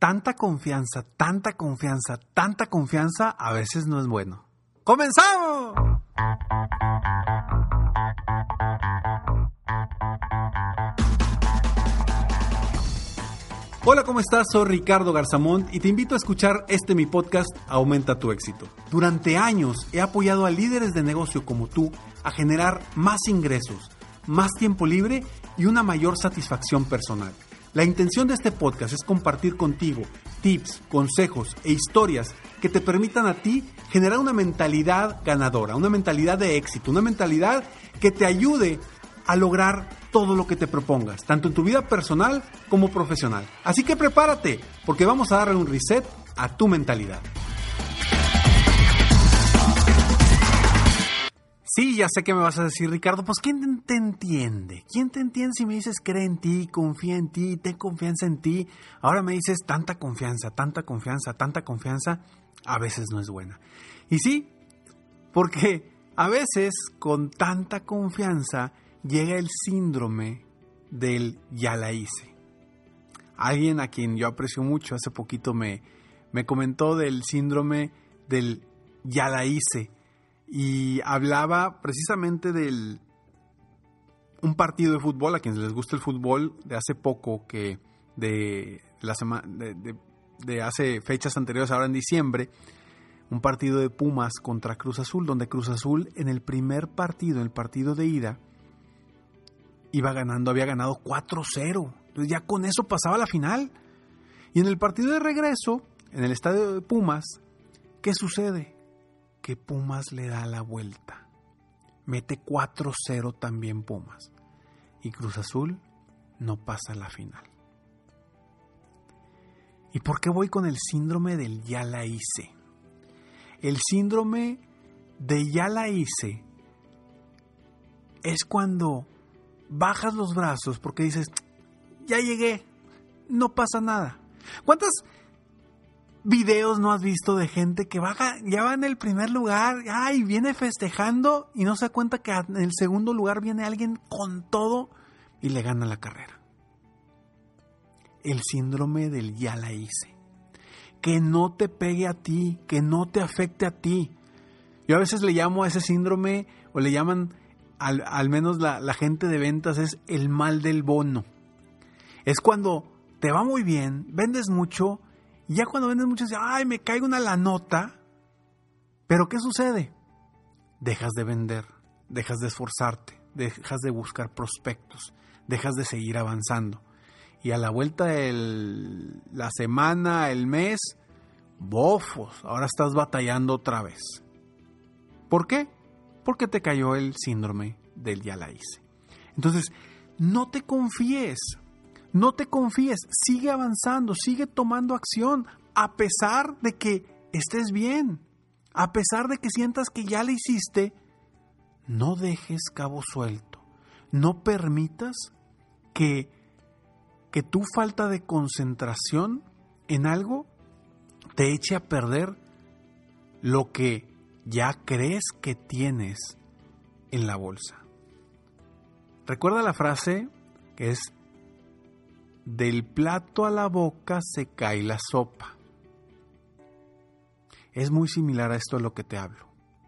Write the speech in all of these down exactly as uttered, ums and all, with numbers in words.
tanta confianza, tanta confianza, tanta confianza a veces no es bueno. ¡Comenzamos! Hola, ¿cómo estás? Soy Ricardo Garzamont y te invito a escuchar este mi podcast Aumenta tu éxito. Durante años he apoyado a líderes de negocio como tú a generar más ingresos, más tiempo libre y una mayor satisfacción personal. La intención de este podcast es compartir contigo tips, consejos e historias que te permitan a ti generar una mentalidad ganadora, una mentalidad de éxito, una mentalidad que te ayude a lograr todo lo que te propongas, tanto en tu vida personal como profesional. Así que prepárate, porque vamos a darle un reset a tu mentalidad. Sí, ya sé que me vas a decir, Ricardo, pues ¿quién te entiende? ¿Quién te entiende si me dices cree en ti, confía en ti, ten confianza en ti? Ahora me dices tanta confianza, tanta confianza, tanta confianza, a veces no es buena. Y sí, porque a veces con tanta confianza llega el síndrome del ya la hice. Alguien a quien yo aprecio mucho hace poquito me, me comentó del síndrome del ya la hice y hablaba precisamente del un partido de fútbol, a quienes les gusta el fútbol, de hace poco, que de, la sema, de, de, de hace fechas anteriores, ahora en diciembre, un partido de Pumas contra Cruz Azul, donde Cruz Azul en el primer partido, en el partido de ida, iba ganando, había ganado cuatro cero. Entonces ya con eso pasaba a la final. Y en el partido de regreso, en el estadio de Pumas, ¿qué sucede? Que Pumas le da la vuelta. Mete cuatro cero también Pumas. Y Cruz Azul no pasa a la final. ¿Y por qué voy con el síndrome del ya la hice? El síndrome de ya la hice es cuando bajas los brazos porque dices, ya llegué, no pasa nada. ¿Cuántos videos no has visto de gente que baja, ya va en el primer lugar, ay, viene festejando y no se da cuenta que en el segundo lugar viene alguien con todo y le gana la carrera? El síndrome del ya la hice. Que no te pegue a ti, que no te afecte a ti. Yo a veces le llamo a ese síndrome, o le llaman Al, al menos la, la gente de ventas, es el mal del bono. Es cuando te va muy bien, vendes mucho, y ya cuando vendes mucho dices, ay, me caigo una la nota. Pero ¿qué sucede? Dejas de vender, dejas de esforzarte, dejas de buscar prospectos, dejas de seguir avanzando. Y a la vuelta de la semana, el mes, bofos, ahora estás batallando otra vez. ¿Por qué? Porque te cayó el síndrome del ya la hice. Entonces, no te confíes, no te confíes, sigue avanzando, sigue tomando acción, a pesar de que estés bien, a pesar de que sientas que ya la hiciste, no dejes cabo suelto, no permitas que, que tu falta de concentración en algo te eche a perder lo que ya crees que tienes en la bolsa. Recuerda la frase que es: del plato a la boca se cae la sopa. Es muy similar a esto de lo que te hablo.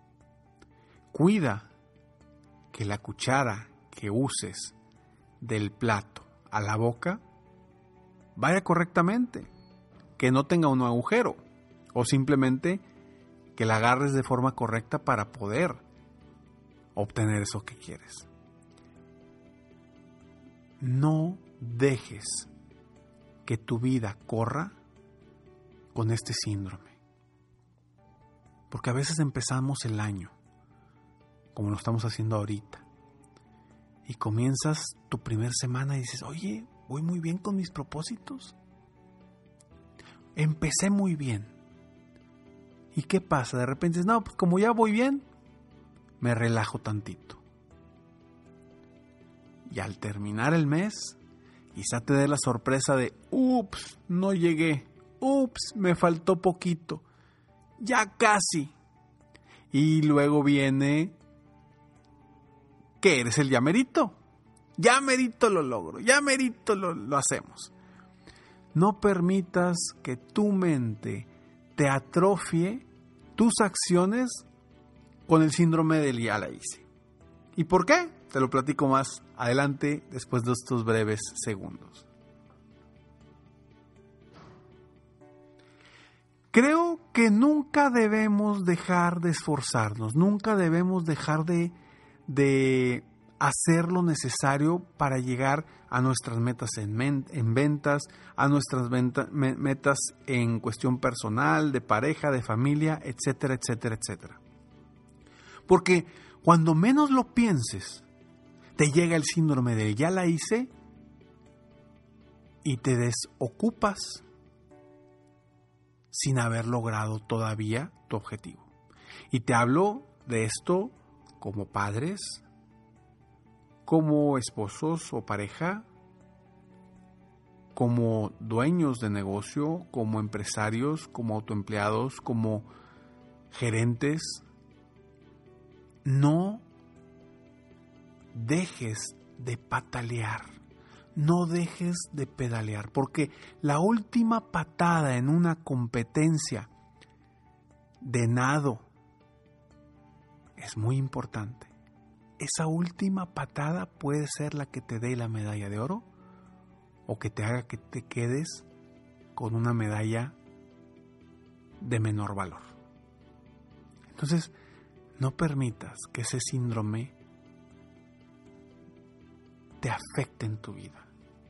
Cuida que la cuchara que uses del plato a la boca vaya correctamente, que no tenga un agujero, o simplemente que la agarres de forma correcta para poder obtener eso que quieres. No dejes que tu vida corra con este síndrome. Porque a veces empezamos el año, como lo estamos haciendo ahorita, y comienzas tu primer semana y dices, oye, voy muy bien con mis propósitos. Empecé muy bien. ¿Y qué pasa? De repente dices, no, pues como ya voy bien, me relajo tantito. Y al terminar el mes, quizá te dé la sorpresa de, ups, no llegué, ups, me faltó poquito, ya casi. Y luego viene que eres el ya merito. Ya merito lo logro, ya merito lo, lo hacemos. No permitas que tu mente te atrofie tus acciones con el síndrome del ya la hice. ¿Y por qué? Te lo platico más adelante después de estos breves segundos. Creo que nunca debemos dejar de esforzarnos, nunca debemos dejar de, de hacer lo necesario para llegar a nuestras metas en, men, en ventas, a nuestras venta, me, metas en cuestión personal, de pareja, de familia, etcétera, etcétera, etcétera. Porque cuando menos lo pienses, te llega el síndrome de ya la hice y te desocupas sin haber logrado todavía tu objetivo. Y te hablo de esto como padres, como esposos o pareja, como dueños de negocio, como empresarios, como autoempleados, como gerentes. No dejes de patalear, no dejes de pedalear, porque la última patada en una competencia de nado es muy importante. Esa última patada puede ser la que te dé la medalla de oro o que te haga que te quedes con una medalla de menor valor. Entonces, no permitas que ese síndrome te afecte en tu vida.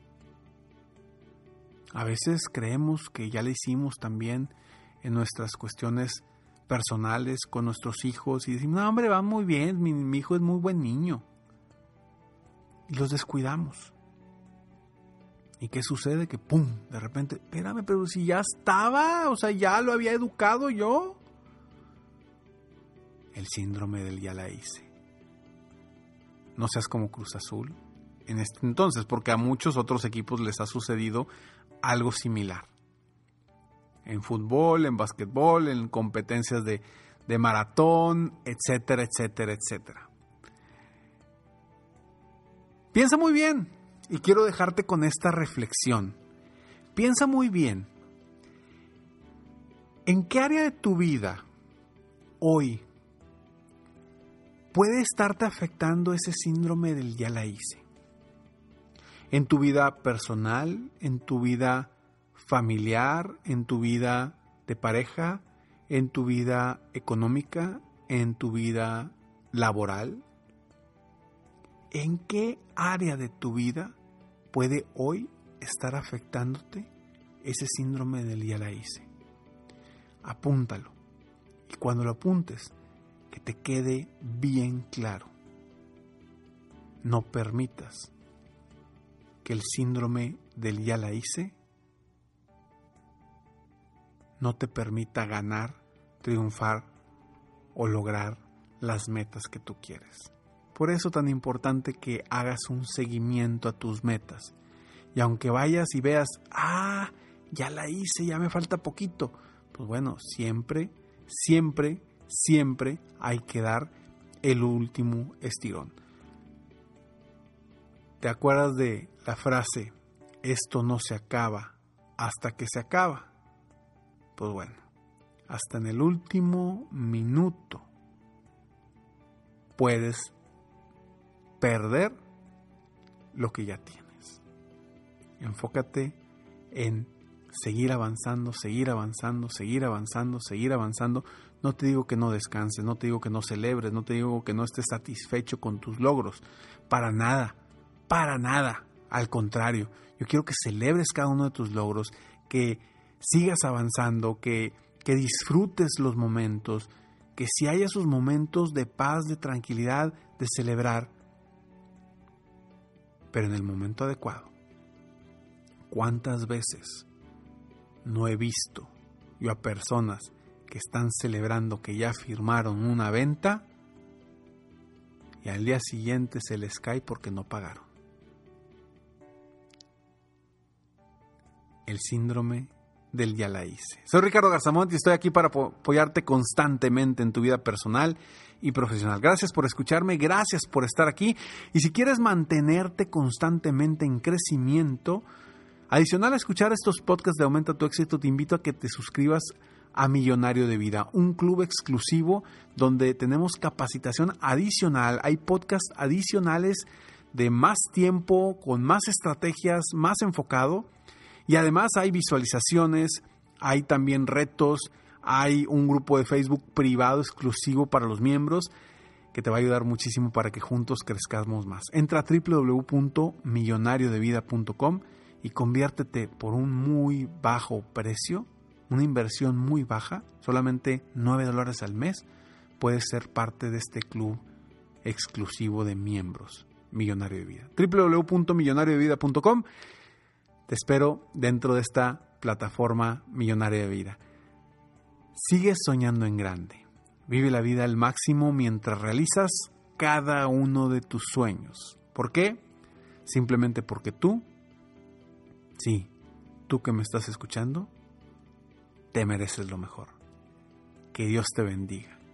A veces creemos que ya le hicimos también en nuestras cuestiones personales con nuestros hijos y decimos, no hombre, va muy bien, mi, mi hijo es muy buen niño. Y los descuidamos. ¿Y qué sucede? Que pum, de repente, espérame, pero si ya estaba, o sea, ya lo había educado yo. El síndrome del ya la hice. No seas como Cruz Azul en este entonces, porque a muchos otros equipos les ha sucedido algo similar. En fútbol, en básquetbol, en competencias de, de maratón, etcétera, etcétera, etcétera. Piensa muy bien, y quiero dejarte con esta reflexión. Piensa muy bien, ¿en qué área de tu vida hoy puede estarte afectando ese síndrome del ya la hice? En tu vida personal, en tu vida familiar, en tu vida de pareja, en tu vida económica, en tu vida laboral. ¿En qué área de tu vida puede hoy estar afectándote ese síndrome del ya la hice? Apúntalo. Y cuando lo apuntes, que te quede bien claro. No permitas que el síndrome del ya la hice no te permita ganar, triunfar o lograr las metas que tú quieres. Por eso tan importante que hagas un seguimiento a tus metas. Y aunque vayas y veas, ah, ya la hice, ya me falta poquito. Pues bueno, siempre, siempre, siempre hay que dar el último estirón. ¿Te acuerdas de la frase, esto no se acaba hasta que se acaba? Pues bueno, hasta en el último minuto puedes perder lo que ya tienes. Enfócate en seguir avanzando, seguir avanzando, seguir avanzando, seguir avanzando. No te digo que no descanses, no te digo que no celebres, no te digo que no estés satisfecho con tus logros. Para nada, para nada. Al contrario, yo quiero que celebres cada uno de tus logros, que sigas avanzando, que, que disfrutes los momentos, que si hay esos momentos de paz, de tranquilidad, de celebrar, pero en el momento adecuado. ¿Cuántas veces no he visto yo a personas que están celebrando que ya firmaron una venta y al día siguiente se les cae porque no pagaron? El síndrome del ya la hice. Soy Ricardo Garzamont y estoy aquí para apoyarte constantemente en tu vida personal y profesional. Gracias por escucharme, gracias por estar aquí. Y si quieres mantenerte constantemente en crecimiento, Adicional a escuchar estos podcasts de Aumenta tu Éxito, te invito a que te suscribas a Millonario de Vida, un club exclusivo donde tenemos capacitación adicional, hay podcasts adicionales de más tiempo, con más estrategias, más enfocado, y además hay visualizaciones, hay también retos, hay un grupo de Facebook privado exclusivo para los miembros que te va a ayudar muchísimo para que juntos crezcamos más. Entra a doble u doble u doble u punto millonario de vida punto com y conviértete por un muy bajo precio, una inversión muy baja, solamente nueve dólares al mes, puedes ser parte de este club exclusivo de miembros, Millonario de Vida. doble u doble u doble u punto millonario de vida punto com. Te espero dentro de esta plataforma Millonaria de Vida. Sigue soñando en grande. Vive la vida al máximo mientras realizas cada uno de tus sueños. ¿Por qué? Simplemente porque tú, sí, tú que me estás escuchando, te mereces lo mejor. Que Dios te bendiga.